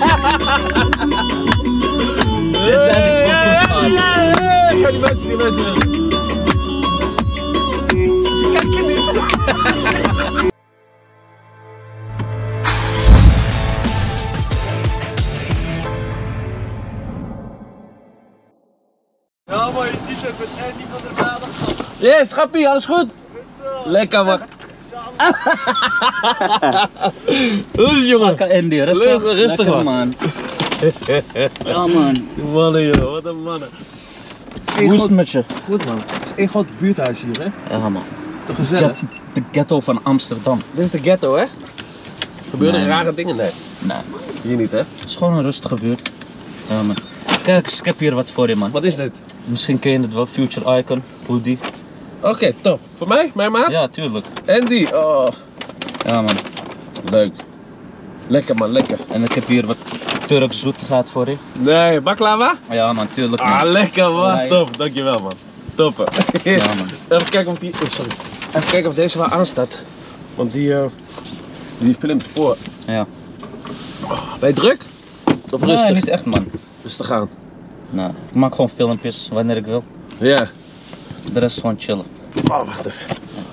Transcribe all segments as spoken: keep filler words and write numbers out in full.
Ja, die mensen, die mensen. Ze kijken niet. Ja man, je ziet het met Andy van der Vader. Yes, grappie, alles goed? Lekker man. Hoe is het jongen? Lekker Andy, rustig. Leuk, rustig Lekker, man. Ja man. Mannen joh, wat een mannen. Hoe is het met je? Goed man. Het is één groot buurthuis hier hè? Ja man. Toch gezellig? De ghetto van Amsterdam. Dit is de ghetto hè? Gebeuren Nee. rare dingen? Nee. Nee. Hier niet hè? Het is gewoon een rustige buurt. Ja man. Kijk, ik heb hier wat voor je man. Wat is dit? Misschien ken je het wel, Future Icon, hoodie. Oké, okay, top. Voor mij? Mijn maat? Ja, tuurlijk. Andy, oh. Ja man. Leuk. Lekker man, lekker. En ik heb hier wat Turks zoetigheid voor je. Nee, baklava? Ja man, tuurlijk man. Ah, lekker man. Ja, Top, dankjewel man. Toppen. Ja man. Even kijken of die, oh, sorry. Even kijken of deze wel aanstaat. Want die, uh, die filmt voor. Ja. Oh, ben je druk? Of Nee, rustig? niet echt man. Rustig aan. Nou, ik maak gewoon filmpjes wanneer ik wil. Ja. De rest gewoon chillen. Oh, wacht even.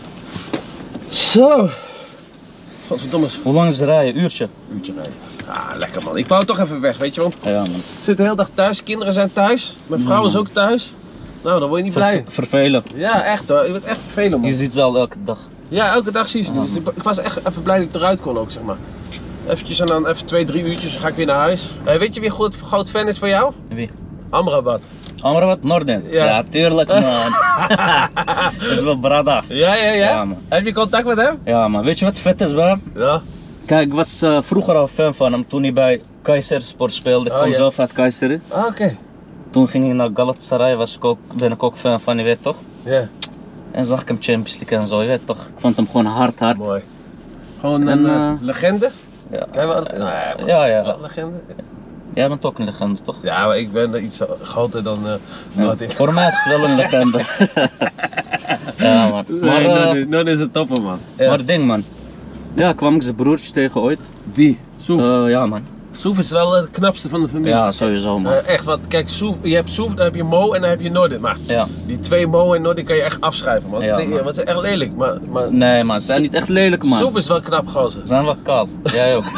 Zo. Godverdomme. Hoe lang is de rijden? Uurtje? Uurtje rijden. Ah, lekker man. Ik wou toch even weg, weet je wel. Ja man. Ik zit de hele dag thuis, kinderen zijn thuis. Mijn vrouw is ook thuis. Nou, dan word je niet Ver blij. vervelen. Ja, echt hoor. Je bent echt vervelend man. Je ziet ze al elke dag. Ja, elke dag zie je ze. Ja, Dus ik ik was echt even blij dat ik eruit kon ook, zeg maar. Eventjes en dan even twee, drie uurtjes, dan ga ik weer naar huis. Hey, weet je wie goed, groot fan is van jou? Wie? Amrabat. Amrabat Norden? Ja. Ja, tuurlijk man. Dat is wel brada. Ja, ja, ja? Ja, man. Heb je contact met hem? Ja man, weet je wat vet is bij hem? Ja. Kijk, ik was uh, vroeger al fan van hem toen hij bij Kayserispor speelde. Ik Oh, kom ja. zelf uit Kayseri. Ah, oké. Okay. Toen ging hij naar Galatasaray, was ik ook, ben ik ook fan van, je weet toch? Ja. En zag ik hem Champions League en zo, je weet toch? Ik vond hem gewoon hard hard. Mooi. Gewoon En, een uh, uh, legende? Ja, Ken je wel? Nou, ja, man. ja, ja. Wel een legende? Jij bent ook een legende toch? Ja, maar ik ben iets groter dan uh, Ja, Martin. voor mij is het wel een legende. Ja man. Maar, Nee, uh, dat is- dat is een topper man. Ja. maar ding man. Ja, kwam ik zijn broertje tegen ooit. Wie? Soef. Uh, ja man. Soef is wel het knapste van de familie. Ja, sowieso man. Uh, echt, want kijk, Soef, je hebt Soef, dan heb je Mo en dan heb je Nordin. Maar Ja. die twee Mo en Nordin kan je echt afschrijven man. Ja, Die- man. want ze zijn echt lelijk. Maar, maar Nee man, ze zijn niet echt lelijk man. Soef is wel knap gozer. Ze zijn wel kaal. Jij ook.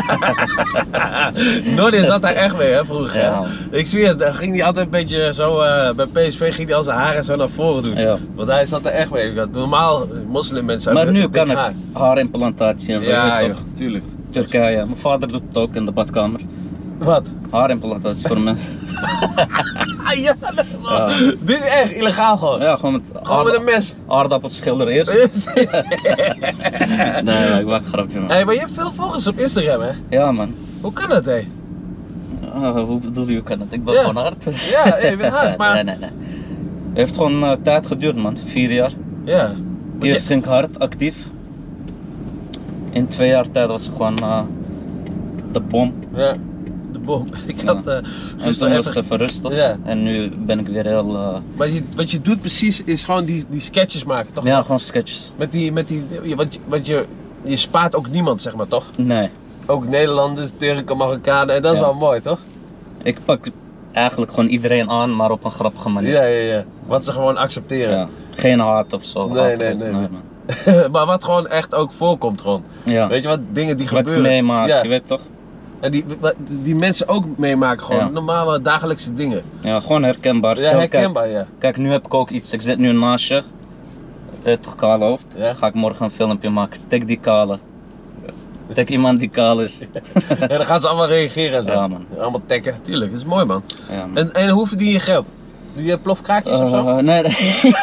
Nordin zat daar echt mee hè, vroeger. Ja. Hè? Ik zie het, dan ging hij altijd een beetje zo, uh, bij P S V ging hij al zijn haren zo naar voren doen. Ja. Want hij zat er echt mee. Normaal, moslimmensen Maar hebben nu dik kan haar. het haarimplantatie en zo, Ja, weet je joh, toch? tuurlijk. Turkije, mijn vader doet het ook in de badkamer. Wat? Haarimplantatie voor mensen. Ah, ja, Ja. dit is echt illegaal gewoon. Ja, gewoon met, Gewoon met een mes. aardappels schilderen eerst. Nee, ik maak een grapje man. Hey, maar je hebt veel volgers op Instagram hè? Ja man. Hoe kan dat hé? Ah, hoe bedoel je, hoe kan het? Ik ben Ja. gewoon hard. Ja, hey, je bent hard, maar... Nee, nee, nee. Het heeft gewoon uh, tijd geduurd man, vier jaar. Ja. Want Eerst je- ging ik hard, actief. In twee jaar tijd was ik gewoon uh, de bom. Ja, de bom. Ik Ja. had uh, En toen gisteren was het even... even rustig. Ja. En nu ben ik weer heel... Uh, Maar je, wat je doet precies is gewoon die, die sketches maken, toch? ja, gewoon sketches. Met die, met die, je- want, je, want je, je spaart ook niemand, zeg maar, toch? Nee, Ook Nederlanders, Turken, Marokkanen, en dat is Ja. wel mooi, toch? ik pak eigenlijk gewoon iedereen aan, maar op een grappige manier. Ja, ja, ja. Wat ze gewoon accepteren. Ja. Geen haat of zo. Nee, haat nee, of iets, nee, nee. man. Maar wat gewoon echt ook voorkomt, gewoon. Ja. Weet je wat? Dingen die Wat ik gebeuren. meemaak, Ja. je weet toch? En die, wat- die mensen ook meemaken, gewoon Ja. normale dagelijkse dingen. Ja, gewoon herkenbaar. Ja, Stel, herkenbaar, kijk, ja. kijk, nu heb ik ook iets. Ik zit nu naast je. Het toch kale hoofd. Ja. Ga ik morgen een filmpje maken. Tag die kale. Tag iemand die kaal is. En dan gaan ze allemaal reageren en zo. Ja, man. Allemaal taggen. Tuurlijk, dat is mooi, man. Ja, man. En, en hoe verdien je geld? Doe je plofkraakjes of zo? Uh, nee, nee.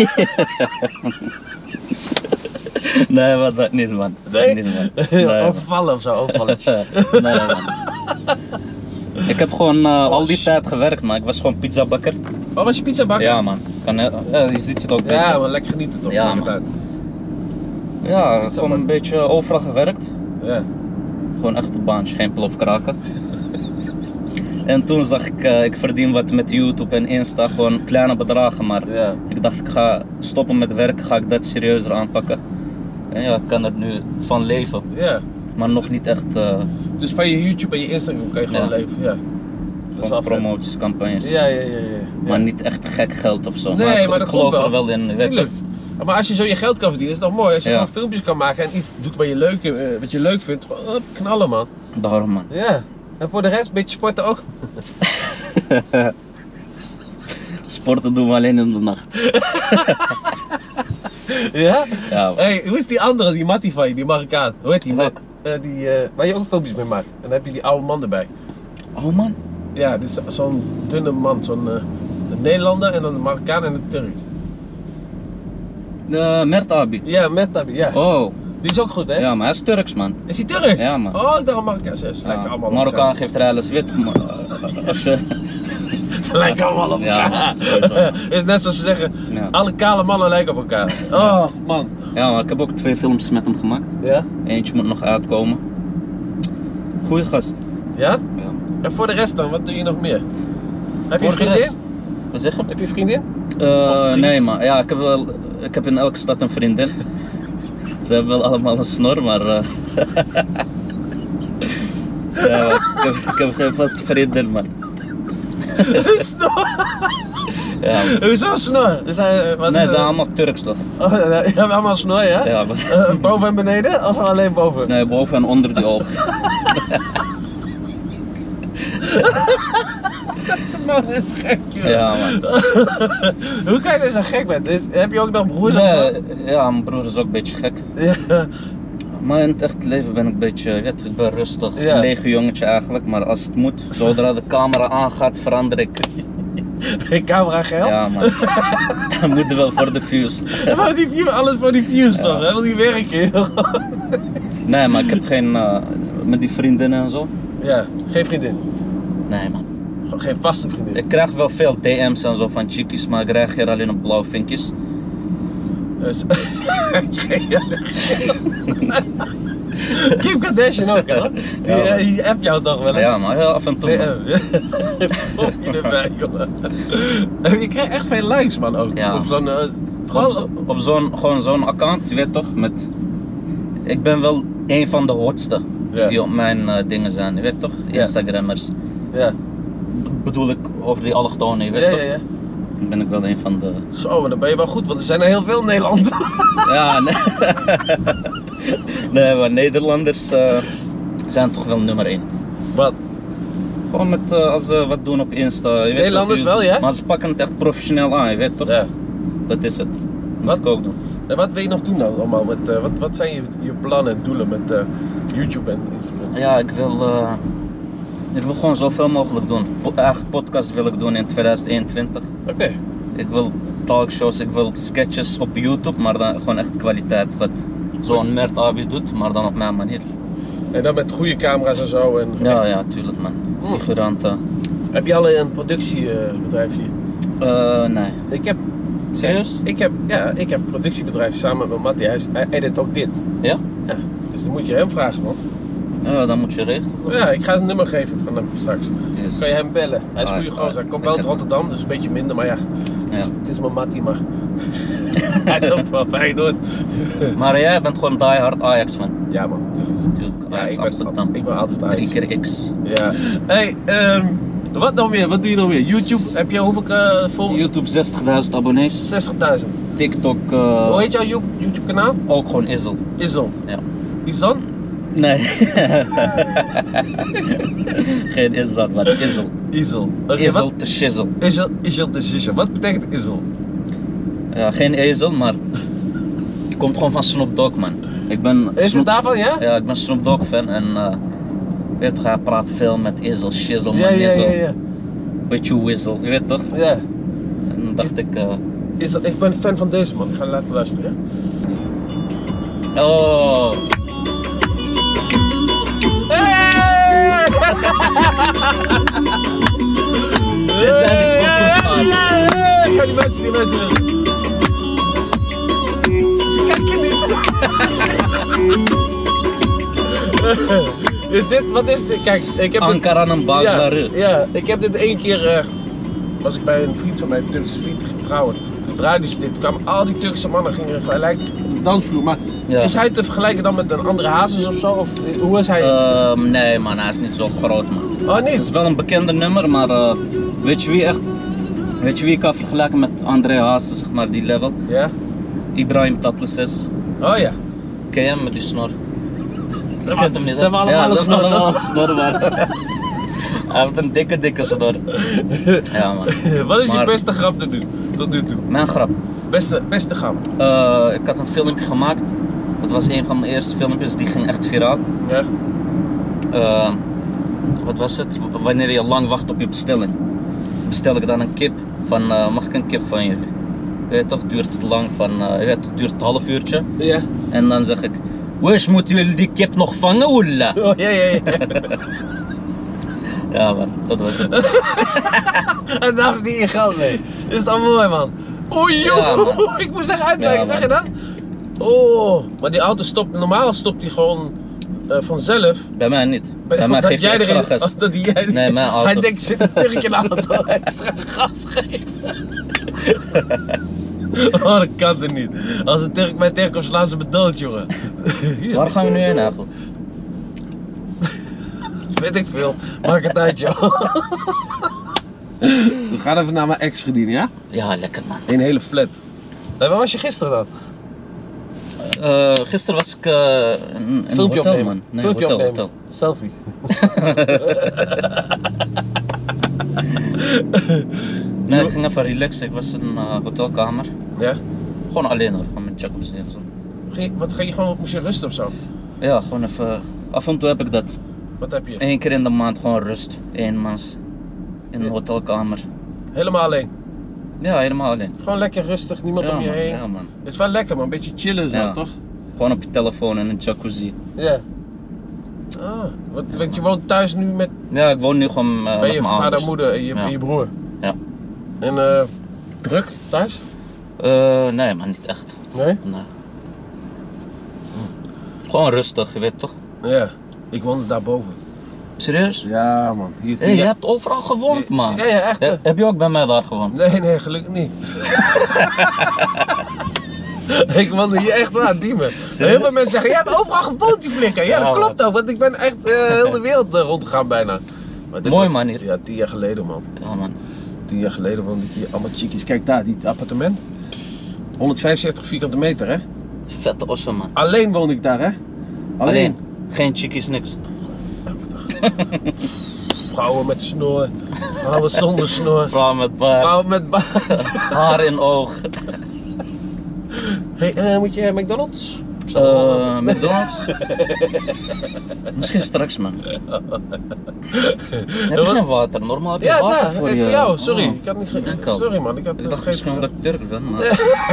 Nee, wat dat niet man. Dat Nee? niet, man. Nee, man. Overvallen of zo, overvallen. Nee, man. Ik heb gewoon uh, al die shit. tijd gewerkt, man. Ik was gewoon pizzabakker. Oh, was je pizza bakken? Ja, man. Kan, uh, ja, je ziet het ook. een Ja, beetje. maar lekker genieten toch? Ja, Maakt man. uit. Ja, Pizza gewoon een bakken. beetje overal gewerkt. Ja. Gewoon echt een baantje, geen plofkraken. En toen zag ik, uh, ik verdien wat met YouTube en Insta, gewoon kleine bedragen, maar Ja. ik dacht ik ga stoppen met werk, ga ik dat serieuzer aanpakken. En ja, ik kan er nu van leven. Ja. maar nog niet echt uh, Dus van je YouTube en je Instagram kan je gewoon Ja. leven, ja. Dat is wel vet. promoties, campagnes. Ja, ja, ja, ja. ja. Maar niet echt gek geld of zo. Nee, maar ik, maar ik dat geloof komt er wel in. weet je. Tuurlijk. Maar als je zo je geld kan verdienen, is dat mooi. Als je Ja. gewoon filmpjes kan maken en iets doet wat je leuk, uh, wat je leuk vindt, gewoon hup, knallen man. Daarom man. Ja. En voor de rest, een beetje sporten ook. Sporten doen we alleen in de nacht. Ja? Ja, Hey, hoe is die andere, die Mattie van je, die Marokkaan? Hoe heet die? Welk? Uh, die uh, waar je ook filmpjes mee maakt. En dan heb je die oude man erbij. oh man. Ja, dus zo'n dunne man, zo'n uh, een Nederlander en dan een Marokkaan en een Turk. Uh, Mert Abi. Ja, met dat, ja. Oh, Die is ook goed, hè? ja, maar hij is Turks man. Is hij Turk? Ja, man. Oh, ik dacht een Marokkaan. Ze lijken Ja, allemaal op Marokkaan elkaar. geeft er alles wit. Maar uh, als je. Ze lijken allemaal op Ja, elkaar. sowieso. Het is net zoals ze zeggen, Ja. alle kale mannen lijken op elkaar. Oh, man. Ja, maar ik heb ook twee films met hem gemaakt. Ja? Eentje moet nog uitkomen. Goeie gast. Ja? Ja. En voor de rest dan, wat doe je nog meer? Heb je Voor de vriendin? rest- Wat zeg je? Heb je vriendin? Uh, Of vriend? nee, maar ja, ik heb, wel, ik heb in elke stad een vriendin. Ze hebben wel allemaal een snor, maar. Uh... ja, maar ik, heb, ik heb geen vaste vriendin, man. Snor? Ja, man. Hoezo snor? Dus hij, wat Nee, is ze zijn het? allemaal Turks toch? Oh, ja, je hebt allemaal snor, ja? Ja, maar... Uh, boven en beneden? Of alleen boven? Nee, boven en onder die ogen. Man, dit is gek, joh. Ja, man. Hoe kan je dus zo gek bent? Is, heb je ook nog broers of zo? Nee, ja, mijn broer is ook een beetje gek. Ja. Maar in het echte leven ben ik een beetje, je weet, ik ben rustig, Ja. een lege jongetje eigenlijk. Maar als het moet, zodra de camera aangaat, verander ik. Geen camera geld? Ja, man. We moeten wel voor de views. Maar die view, alles voor die views Ja. toch? Hij wil niet werken, joh. Nee, maar ik heb geen, uh, met die vriendinnen en zo. Ja, geen vriendin. Nee, man. Gewoon geen vaste vriendin. Ik krijg wel veel D M's en zo van chickies, maar ik reageer alleen op blauwe vinkjes. Dus, Kim Kardashian ook, hè? Die, Ja, man. eh, die app jou toch wel, hè? Ja, maar heel af en toe. Nee, man. eh, Volg je erbij, jongen. En je krijgt echt veel likes, man, ook. Ja. Op zo'n... eh, Op, vooral zo- op zo'n, gewoon zo'n account, je weet toch, met... Ik ben wel een van de hotste Ja. die op mijn eh, dingen zijn, je weet toch? Ja. Instagrammers. Ja. B- bedoel ik over die allochtonen, je weet Ja, toch? ja, ja. Dan ben ik wel een van de... Zo, maar dan ben je wel goed, want er zijn er heel veel in Nederland. Ja, nee. Nee, maar Nederlanders eh, zijn toch wel nummer één. Wat? Gewoon met, eh, als ze wat doen op Insta. Je weet toch, Nederlanders je- wel, ja? Maar ze pakken het echt professioneel aan, je weet toch? Ja. Dat is het. Moet Wat? ik ook doen. En wat wil je nog doen nou allemaal? Met, eh, wat, wat zijn je, je plannen en doelen met eh, YouTube en Instagram? Ja, ik wil, eh, ik wil gewoon zoveel mogelijk doen. Po eigen podcast wil ik doen in tweeduizend eenentwintig. Oké. Ik wil talkshows, ik wil sketches op YouTube, maar dan gewoon echt kwaliteit. Wat zo'n Mert Abi doet, maar dan op mijn manier. En dan met goede camera's en zo. En Ja, ja, tuurlijk man. Mm. Figuranten. Heb je al een productiebedrijf hier? Eh, nee. Ik heb. Serieus? Ik heb, ja, ik heb een productiebedrijf samen met mijn Mattie. Hij, is- hij edit ook dit. Ja? Ja. Dus dan moet je hem vragen, man. Ja, dan moet je regelen. Ja, ik ga het nummer geven van hem straks. Yes. Kan je hem bellen? Hij is een Ah, goede gozer. Hij ah, komt wel uit lekker. Rotterdam, dus een beetje minder, maar ja. Het is, Ja. het is mijn Mattie, maar. Hij is ook wel fijn hoor. Maar jij bent gewoon diehard Ajax fan. Ja, man, natuurlijk. Natuurlijk, Ja, Ajax ik ben, Amsterdam. ik ben altijd Ajax. Drie keer X. Ja. Hey, ehm, wat nog meer? Wat doe je nog meer? YouTube, heb je hoeveel uh, volgers? YouTube zestigduizend abonnees. zestigduizend. TikTok uh, Hoe heet jouw You- YouTube kanaal? ook gewoon Izzle. Izzle. Ja. Izan? Nee. Geen Izzle, maar Izzle. Izzle. Oké, Izzle wat? te shizzle. Izzle, Izzle de Shisha. Wat betekent Izzle? Ja, geen ezel, maar komt gewoon van Snoop Dogg man. Ik ben Is het Snoop- daarvan, ja? Ja, ik ben Snoop Dogg fan en uh, weet je, hij praat veel met Izzle, shizzle, man, Ja, ja, Izzle. ja, ja. Weet je Wizzle, je weet toch? Ja. En dan dacht ik, uh, Izzle, ik ben fan van deze man. Ik ga laten luisteren, ja? oh, Hey! Dit zijn die poppers, man. Ja, die mensen, die mensen. Ze kijken niet. Dus dit, wat is dit? Kijk, ik heb dit... Ankara en Bagları. Ja, ja, ik heb dit één keer, eh, was ik bij een vriend van mij, een Turkse vriend, getrouwd. Toen draaiden ze dit, toen kwamen al die Turkse mannen gingen gelijk op de dansvloer. Maar Ja. is hij te vergelijken dan met een andere Hazes of zo? Of hoe is hij? Ehm, nee man, hij is niet zo groot man. oh Het niet? is wel een bekende nummer, maar uh, weet je wie echt, weet je wie ik kan vergelijken met André Hazes, zeg maar die level? Ja? Ibrahim Tatlıses. Oh ja. Ken je hem met die snor? Je kent hem niet, Ze hebben hè? allemaal ja, een ze snor, hebben allemaal toch? een snor, maar hij heeft een dikke, dikke snor. Ja man. Wat is je Maar- beste grap tot nu, tot nu toe? Mijn grap. Beste, beste grap? Uh, ik had een filmpje gemaakt. Dat was een van mijn eerste filmpjes, die ging echt viraal. Ja? Uh, wat was het? W- Wanneer je lang wacht op je bestelling. Bestel ik dan een kip van, uh, mag ik een kip van jullie? Je weet toch, duurt het lang van, uh, je weet toch, duurt het een half uurtje. Ja. En dan zeg ik, wees moeten jullie die kip nog vangen, oela? Oh ja, ja, ja. Ja man, dat was het. En daar verdien je geld mee. Is dat mooi man? Oei joh, Ja, man. ik moest echt uitwijken, Ja, zeg je man. dat? Oh, maar die auto stopt, normaal stopt die gewoon uh, vanzelf. Bij mij niet. Bij mij Dat geeft je jij extra erin- gas. Dat jij, Nee, mijn auto. Hij denkt, zit een Turk in de auto, extra gas geeft. Oh, dat kan er niet. Als een Turk bij Turk komt, slaan ze me dood, jongen. Waar gaan we nu heen eigenlijk? Weet ik veel. Maak het uit, joh. We gaan even naar mijn ex-vriendin, ja? Ja, lekker man. Een hele flat. Nee, waar was je gisteren dan? Uh, gisteren was ik uh, in in een Filmpje hotel opnemen. man. Nee, Filmpje hotel, opnemen. hotel. Selfie. Nee, ik ging even relaxen. Ik was in een uh, hotelkamer. Ja? Gewoon alleen hoor, gewoon met jacuzzi en zo. Ging je, wat ging je gewoon, moest je rusten of zo? Ja, gewoon even. Af en toe heb ik dat. Wat heb je? Eén keer in de maand gewoon rust. Eenmans. In een Ja. hotelkamer. Helemaal alleen. Ja, helemaal alleen. Gewoon lekker rustig, niemand Ja om je man, heen. ja man. Het is wel lekker man, een beetje chillen en zo, Ja. toch? Gewoon op je telefoon en een jacuzzi. Ja. Ah, wat, want je woont thuis nu met, Ja, ik woon nu gewoon uh, met bij je mijn vader, ouders. moeder en je, Ja. en je broer. Ja. En eh druk thuis? Uh, nee man, niet echt. Nee? Nee. Gewoon rustig, je weet toch? Ja. Ik woonde daarboven. Serieus? Ja man. Hier, Hé, hey, je hebt overal gewoond man. Ja, ja, echt. He- hè? heb je ook bij mij daar gewoond? Nee, nee, gelukkig niet. Ik woonde hier echt waar, Diemen. Heel veel mensen zeggen, jij hebt overal gewoond die flikker. Ja, Ja, dat klopt man. ook, want ik ben echt uh, heel de wereld uh, rondgegaan bijna. Maar dit Mooi, was- man, hier. Ja, tien jaar geleden man. Ja man. Tien jaar geleden woonde ik hier allemaal chickies. Kijk daar, dit appartement. honderdvijfenzestig vierkante meter hè. Vette ossen man. Alleen woonde ik daar hè. Alleen. Alleen. Geen chickies, niks. Vrouwen met snor, vrouwen zonder snor, Vrouw met baard, vrouwen met baard. haar in oog. Hey, uh, moet je McDonald's? Uh, McDonald's? Misschien straks man. Heb je geen water? Normaal heb je Ja, water daar, voor even je. voor jou, sorry. Oh, Ik had niet ge... ik denk al. Sorry man, ik had Ik dacht geen- misschien dat ik Turk ben, maar...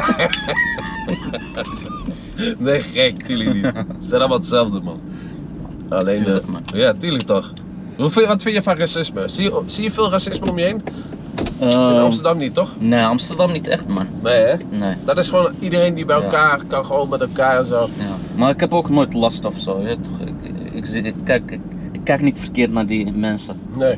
Nee, gek, tuurlijk niet. Ze zijn allemaal hetzelfde man. Alleen, Tuurlijk, eh, man. ja, tuurlijk toch. Hoe vind- Wat vind je van racisme? Zie je, zie je veel racisme om je heen? In Ehm, Amsterdam niet, toch? Nee, Amsterdam niet echt man. Nee hè? Nee. Dat is gewoon iedereen die bij Ja. elkaar kan gewoon met elkaar en zo. Ja. Maar ik heb ook nooit last of zo. Je weet toch? Ik, ik, ik, zie- ik kijk, ik, ik kijk niet verkeerd naar die mensen. Nee,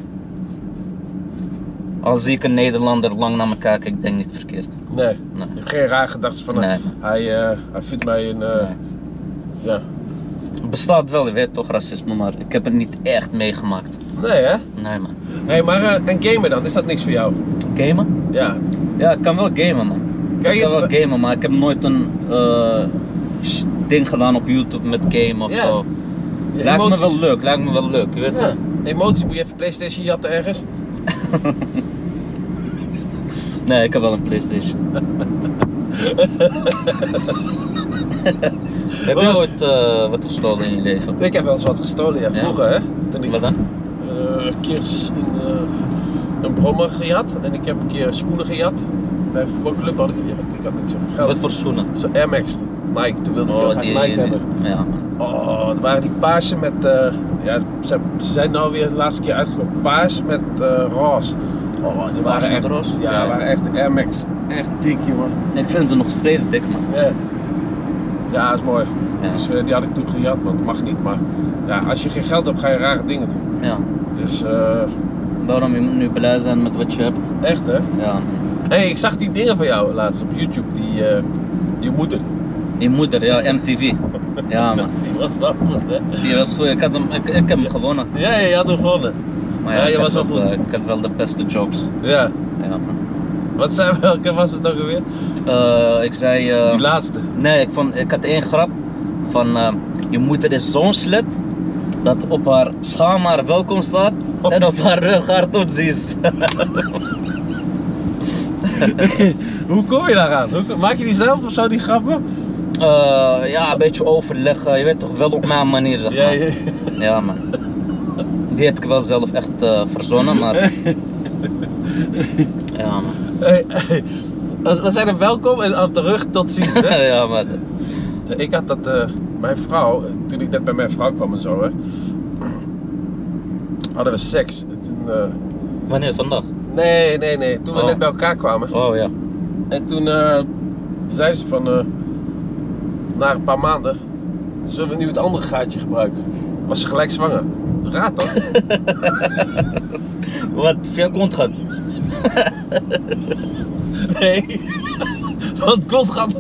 Als zie ik een Nederlander lang naar me kijken, ik denk niet verkeerd. nee. Nee. Je hebt geen raar gedachten van, Nee. hij, eh, hij vindt mij een, eh, Nee. ja. Het bestaat wel, je weet toch, racisme, maar ik heb het niet echt meegemaakt. Nee hè? Nee man. Hé, hey, maar eh, en gamen dan, is dat niks voor jou? Gamen? Ja. Ja, ik kan wel gamen man. Kijk, ik kan het- wel gamen, maar ik heb nooit een eh, sh- ding gedaan op YouTube met gamen of Ja. zo. Je Lijkt me emoties. wel leuk, lijkt me wel leuk, je weet Ja. toch? Emoties, moet je even PlayStation jatten ergens? Nee, ik heb wel een PlayStation. Heb je ooit eh, wat gestolen in je leven? Ik heb wel eens wat gestolen, ja, Ja. vroeger hè. Toen ik Wat dan? eh, een keer s- een, eh, een brommer gejat en ik heb een keer schoenen gejat. Bij een voetbalclub had ik, ja, ik had niet zoveel geld. Wat voor schoenen? Zo Air Max, Nike, toen wilde ik heel Oh, graag die, Nike die- hebben. ja. Oh, dat waren die paarse met, eh, ja, ze ze zijn nou weer de laatste keer uitgekomen, paars met eh roze. Oh, die Paars waren met echt, roze? ja, Ja. waren echt Air Max, echt dik jongen. Ik vind ze nog steeds dik man. Ja, ja dat is mooi. Ja. Dus eh, die had ik toen gejat, want dat mag niet, maar ja, als je geen geld hebt ga je rare dingen doen. Ja. Dus eh, Daarom je moet nu blij zijn met wat je hebt. echt hè? Ja. Hé, hey, ik zag die dingen van jou laatst op YouTube, die, uh, je moeder. Je moeder, ja, M T V. Ja man. Die was wel goed, hè? Die was goed, ik, had hem, ik, ik heb hem gewonnen. Ja, ja, je had hem gewonnen. Maar ja, ja je ik, was wel had, goed. Uh, ik had wel de beste jokes. Ja. Ja man. Wat zei, welke was het ook alweer? Uh, ik zei... Uh, die laatste. Nee, ik, vond, ik had één grap van uh, je moeder is zo'n slet dat op haar schaam haar welkom staat oh. en op haar rug haar toetsies. Hoe kom je daaraan? Hoe, maak je die zelf of zo, die grappen? Uh, ja, een beetje overleggen, je weet toch, wel op mijn manier zeg maar. Ja, ja. Ja man. Die heb ik wel zelf echt uh, verzonnen, maar... Ja man. Hey, hey. We zijn er welkom en op de rug tot ziens, hè? Ja man. Ik had dat, uh, mijn vrouw, toen ik net bij mijn vrouw kwam en zo, hè, hadden we seks. Toen, uh... Wanneer? Vandaag? Nee, nee, nee. Toen we oh. net bij elkaar kwamen. Oh ja. En toen uh, zei ze van, uh, na een paar maanden, zullen we nu het andere gaatje gebruiken? Was ze gelijk zwanger. Raar toch? Wat? Via kont gaat? Nee. Want kont gaat...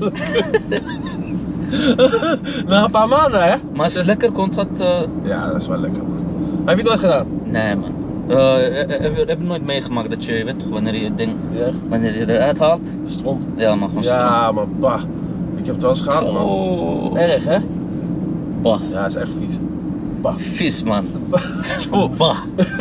Na een paar maanden, hè? Maar is het lekker, kont gaat... Uh... Ja, dat is wel lekker, man. Heb je het nooit gedaan? Nee, man. Uh, heb, heb je nooit meegemaakt dat je, weet toch, wanneer je het ding, ja. wanneer je eruit haalt? Stront. Ja, man, gewoon stront. Ja, man, bah. Ik heb het wel eens gehad, man. Oh. Erg, hè? Bah. Ja, dat is echt vies. Bah. Vies, man. Oh. Bah.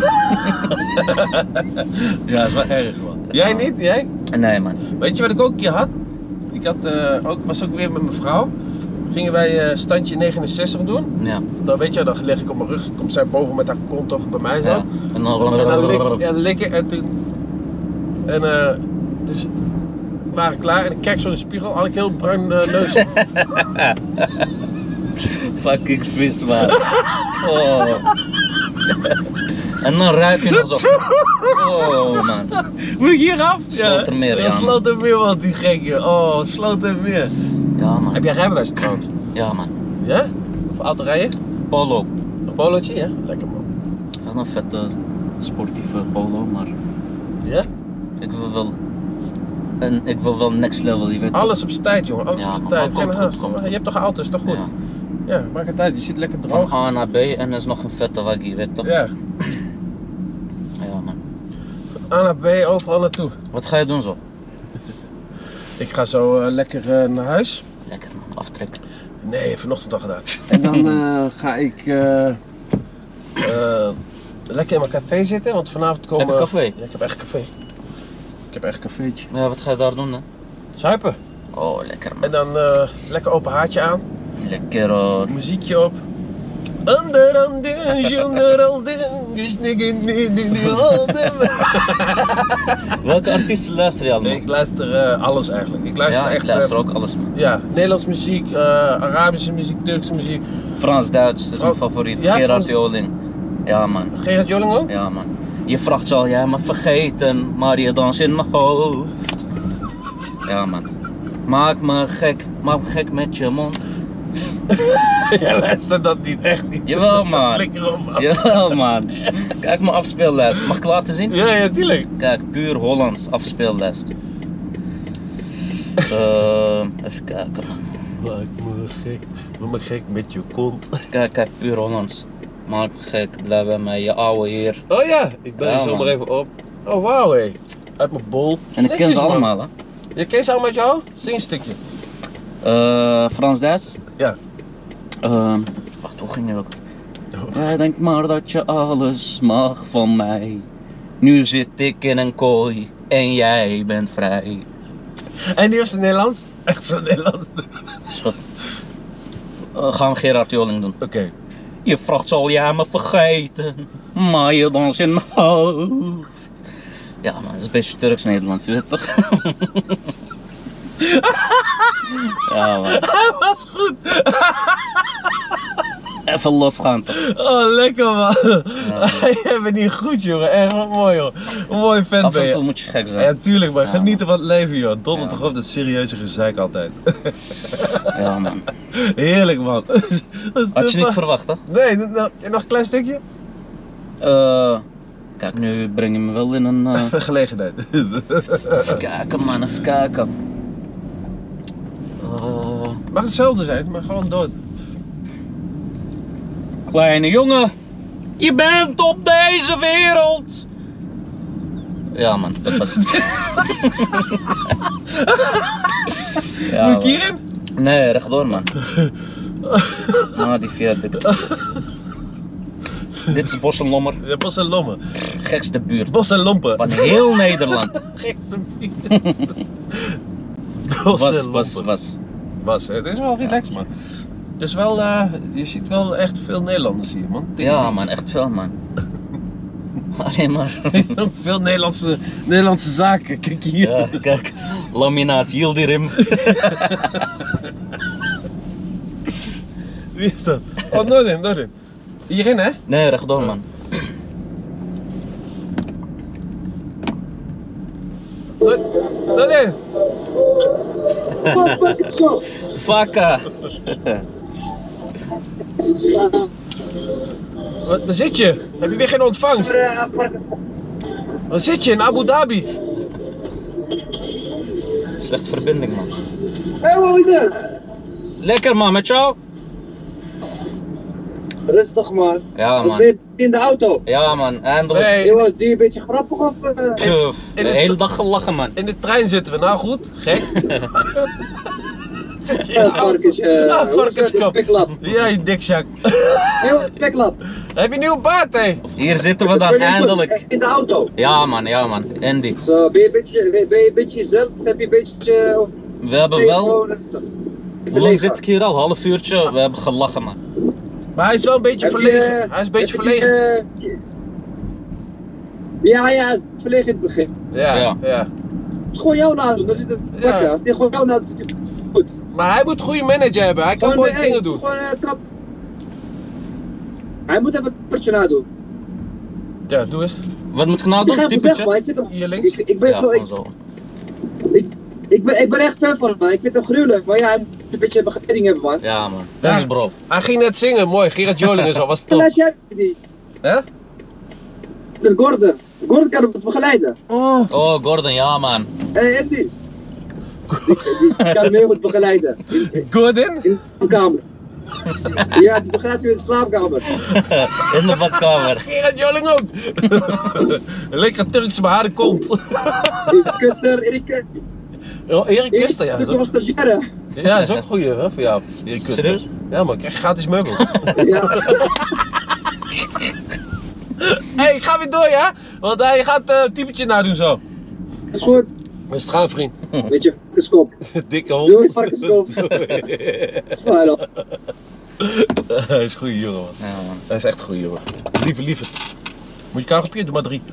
Ja, dat is wel erg, man. Jij niet? Jij? Nee, man. Weet je wat ik ook een keer had? Ik had, uh, ook, was ook weer met mijn vrouw. Gingen wij uh, standje negenenzestig doen. Ja. Dan weet je, dan lig ik op mijn rug, komt zij boven met haar kont toch bij mij zo. Ja. En dan, en dan lik, ja, dan lik ik en toen... En uh, dus we waren klaar en ik kijk zo in de spiegel, had ik heel bruin uh, neus. Fucking vies, man. Oh. En dan ruik je nog zo. Oh, man. Moet ik hier af? Slotermeer, ja. Ja, Slotermeer, wat die gekke. Oh, Slotermeer. Ja, man. Heb jij rijbewijs trouwens? Ja, man. Ja? Of autorijden? Polo. Een polootje, ja? Lekker, man. Wel een vette sportieve polo, maar... Ja? Ik wil wel... En ik wil wel next level, je weet. Alles op zijn tijd, jongen. Alles ja, op zijn man, tijd. komt Geen goed, haast. komt Je hebt toch een auto, is toch goed? Ja, ja, maak het uit. Je zit lekker droog. Van A naar B en er is nog een vette waggie, je weet toch? Ja. Ja, man. Van A naar B, overal naartoe. Wat ga je doen zo? Ik ga zo uh, lekker uh, naar huis. Lekker, man. Aftrekken. Nee, vanochtend al gedaan. En dan uh, ga ik uh, uh, lekker in mijn café zitten, want vanavond komen... Heb je café? Ja, ik heb echt café. Ik heb echt een cafeetje. Ja, wat ga je daar doen dan? Zuipen. Oh, lekker, man. En dan uh, lekker open haartje aan. Lekker hoor. Muziekje op. Under, under, under, under, welke artiesten luister je allemaal? Nee, ik luister uh, alles eigenlijk. Ik luister ja, echt. ik luister uh, ook alles, man. Ja, Nederlands muziek, uh, Arabische muziek, Turkse muziek. Frans-Duits is mijn favoriet. Ja, Gerard Joling. Ja, man. Gerard Joling ook? Ja, man. Je vraagt zal jij me vergeten, maar je dans in mijn hoofd. Ja, man. Maak me gek, maak me gek met je mond. Jij luistert dat niet, echt niet. Jawel, man. Flikker op, man. Jawel, man. Kijk mijn afspeellijst. Mag ik laten zien? Ja, ja, tuurlijk. Kijk, puur Hollands afspeellijst. uh, even kijken. Maak me gek, maak me gek met je kont. Kijk, kijk, puur Hollands. Maak me gek, blijf bij mij, je ouwe hier. Oh ja, ik ben ja, er zomaar even op. Oh wauw, hé. Uit mijn bol. En ik ken ze allemaal, hè. Je kent ze allemaal met jou? Zing een stukje. Uh, Frans-Duits? Ja. Uh, wacht, hoe ging het ook? Jij denkt maar dat je alles mag van mij. Nu zit ik in een kooi en jij bent vrij. En die was het Nederlands? Echt zo Nederlands? Is goed. Uh, gaan we Gerard Joling doen. Oké. Okay. Je vraagt zal jij me vergeten, maar je dans in mijn hoofd. Ja man, dat is een beetje Turks-Nederlands, je weet toch? Ja man. Dat was goed. Even losgaan toch? Oh lekker man. Ja, jij bent niet goed jongen, echt wat mooi joh. Een mooi vent Af ben je. en toe moet je gek zijn. Ja tuurlijk maar, ja, genieten van het leven joh. Donder ja, toch op dat serieuze gezeik altijd. Ja man. Heerlijk man. Had je niet verwacht hè? Nee, nog, nog een klein stukje? Uh, Kijk, nu breng je me wel in een... Uh... Gelegenheid. Even kijken man, even kijken. Uh... Mag hetzelfde zijn, maar gewoon dood. Kleine jongen, je bent op deze wereld. Ja man, dat was het. Ja, Moet ik hierin? Nee, rechtdoor man. Ah, die viaduct. Dit is Bos en Lommer. Ja, Bos en Lommer. Gekste buurt. Bos en Lompen. Van heel Nederland. Gekste buurt. Bos Was, en was, Lompen. was. Was, het is wel relaxed man. Het is wel, uh, je ziet wel echt veel Nederlanders hier man. Ja man, echt veel man. Alleen maar. Veel Nederlandse, Nederlandse zaken, kijk hier. Ja, kijk. Laminaat Yildirim. Wie is dat? Oh, nooit in, nooit in. Hierin hè? Nee, rechtdoor man. Nooit, nooit in. Fakka. Wat, waar zit je? Heb je weer geen ontvangst? Waar zit je? In Abu Dhabi? Slechte verbinding man. Hé, hoe is het? Lekker man, met jou? Rustig man. Ja Wat man. ben je in de auto? Ja man, eindelijk. Nee, Yo, doe je een beetje grappig of... Uh... Pff, de hele dag gelachen man. in de trein zitten we. Nou goed, gek. Ja, varkens, uh, Ah, hoe is het? De varkenskop. speklap. Ja, je dikzak. Hé, wat speklap. Heb je een nieuwe baard hé? Hier zitten we dan Ben je goed? eindelijk. In de auto. Ja man, ja man, Andy. Zo, ben je een beetje, ben je een beetje zelf? Heb je een beetje... Uh, We hebben wel. gewoon, uh, Hoe lang zit ik hier al? Half uurtje? We hebben gelachen man. Maar hij is wel een beetje Heb je, verlegen. Hij is een beetje heb je die, verlegen. uh, Ja, ja, hij is verlegen in het begin. Ja, Ja. ja. Het is gewoon jouw nadoen, dan zit het Ja. lekker. Als hij gewoon jouw nadoet, zit het goed. Maar hij moet een goede manager hebben. Hij kan Gewoon, mooie hey, dingen doen. Gewoon, uh, trap. Hij moet even een potje nadoen. Ja, doe eens. Wat moet ik nou Ik doen? heb gezegd, Typetje? maar ik zit hem. Hier links? Ik, ik ben Ja, zo, gewoon ik, zo. ik, ik, ben, ik ben echt fan van hem, man. Ik vind hem gruwelijk. Maar ja, hij moet een beetje begeleiding hebben, man. Ja man, thanks bro. Hij ging net zingen, mooi. Gerard Joling en zo, was En top. laat jij die. Hè? De Gordon. Gordon kan hem begeleiden. Oh. Oh Gordon, ja man. Hé, hey, Andy. Die, die kan hem heel goed begeleiden. In, in, Gordon? in de kamer. Ja, die begeleidt u in de slaapkamer. In de badkamer. Gerard Joling ook. Een lekkere Turkse behaarde kont. Kuster, Erik. Oh, Erik Kuster, ja. Ik Dat, was stagiaire. ja, dat is ook een goeie hè, voor jou. Erik Kuster. Serieus? Ja man, krijg je gratis meubels. Ja. Hé, hey, ik ga weer door ja? Want hij gaat uh, een typetje nadoen zo. Is goed. We is het gaan vriend. Met je varkenskop. Dikke hond. Doei, varkenskop. Zwaar op. Hij is een goede jongen man. Ja man. Hij is echt een goede jongen. Lieve, lieve. Moet je kauwgompje? Doe maar drie.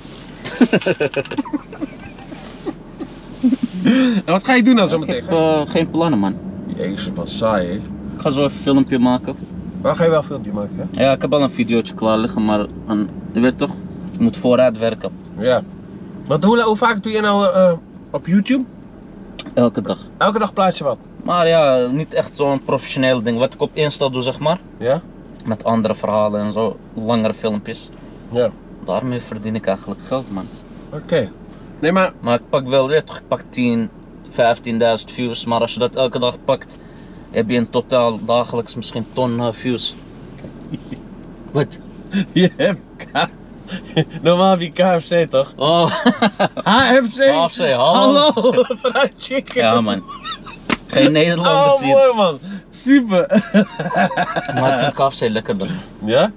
En wat ga je doen dan zo Ik meteen? heb uh, geen plannen man. Jezus, wat saai hè. Ik ga zo even een filmpje maken. Waar ga je wel een filmpje maken hè? Ja, ik heb al een videootje klaar liggen, maar een, je weet toch, je moet vooruit werken. Ja. Want hoe, hoe vaak doe je nou uh, op YouTube? Elke dag. Elke dag plaats je wat? Maar ja, niet echt zo'n professioneel ding. Wat ik op Insta doe zeg maar, Ja? met andere verhalen en zo, langere filmpjes. Ja. Daarmee verdien ik eigenlijk geld man. Oké. Okay. Nee maar... Maar ik pak wel, weet toch, ik pak tien, vijftienduizend views, maar als je dat elke dag pakt, heb je in totaal dagelijks misschien ton uh, views. Wat? Je hebt K... Normaal heb je K F C toch? Oh, H F C! H F C, hallo. Hallo! Fried chicken! Ja man. Geen Nederlanders Oh hier. mooi man! Super! Maar ik vind K F C lekkerder. Ja?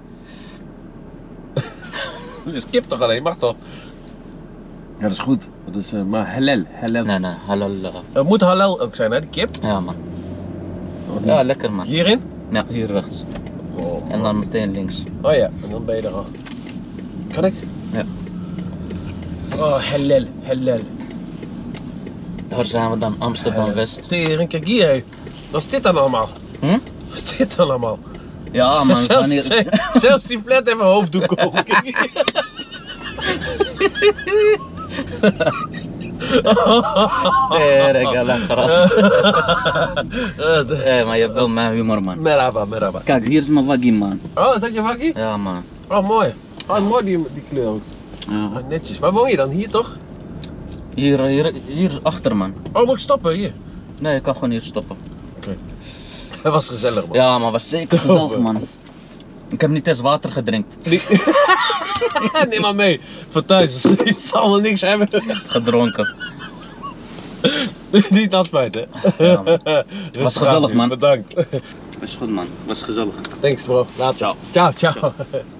Het is kip toch alleen, mag toch? Ja, dat is goed. Dat is, uh, maar halal, halal. Nee, nee, halal. uh, Het moet halal ook zijn hè, die kip? Ja man. Ja, lekker man. Hierin? Ja, hier rechts. Oh, En dan meteen links. oh ja, en dan ben je er al. Kan ik? Ja. Oh, halal, halal. Daar zijn we dan, Amsterdam West. Tering, kijk hier hé. Wat is dit dan allemaal? Hm? Wat is dit dan allemaal? Ja man, we zelfs, zijn hier. zelfs die flat heeft een hoofddoek op. Kijk hier. Tering, ja, lekker af. Eh, maar je hebt wel mijn humor man. Merhaba, merhaba. Kijk, hier is mijn waggie man. Oh, is dat je waggie? Ja man. Oh, mooi. Oh, mooi die, die kleur ook. Ja. Ah, netjes. Waar woon je dan? Hier toch? Hier, hier, hier is achter, man. Oh, moet ik stoppen? Hier. Nee, ik kan gewoon hier stoppen. Oké. Het was gezellig, man. Ja, maar was zeker gezellig, man. Ik heb niet eens water gedrinkt. Neem maar mee. Voor thuis. Ik zal er niks hebben. Gedronken. Niet afspuiten. Ja, man. Was gezellig, man. Bedankt. Is goed, man. Was gezellig. Thanks, bro. Later. Ciao. Ciao, ciao.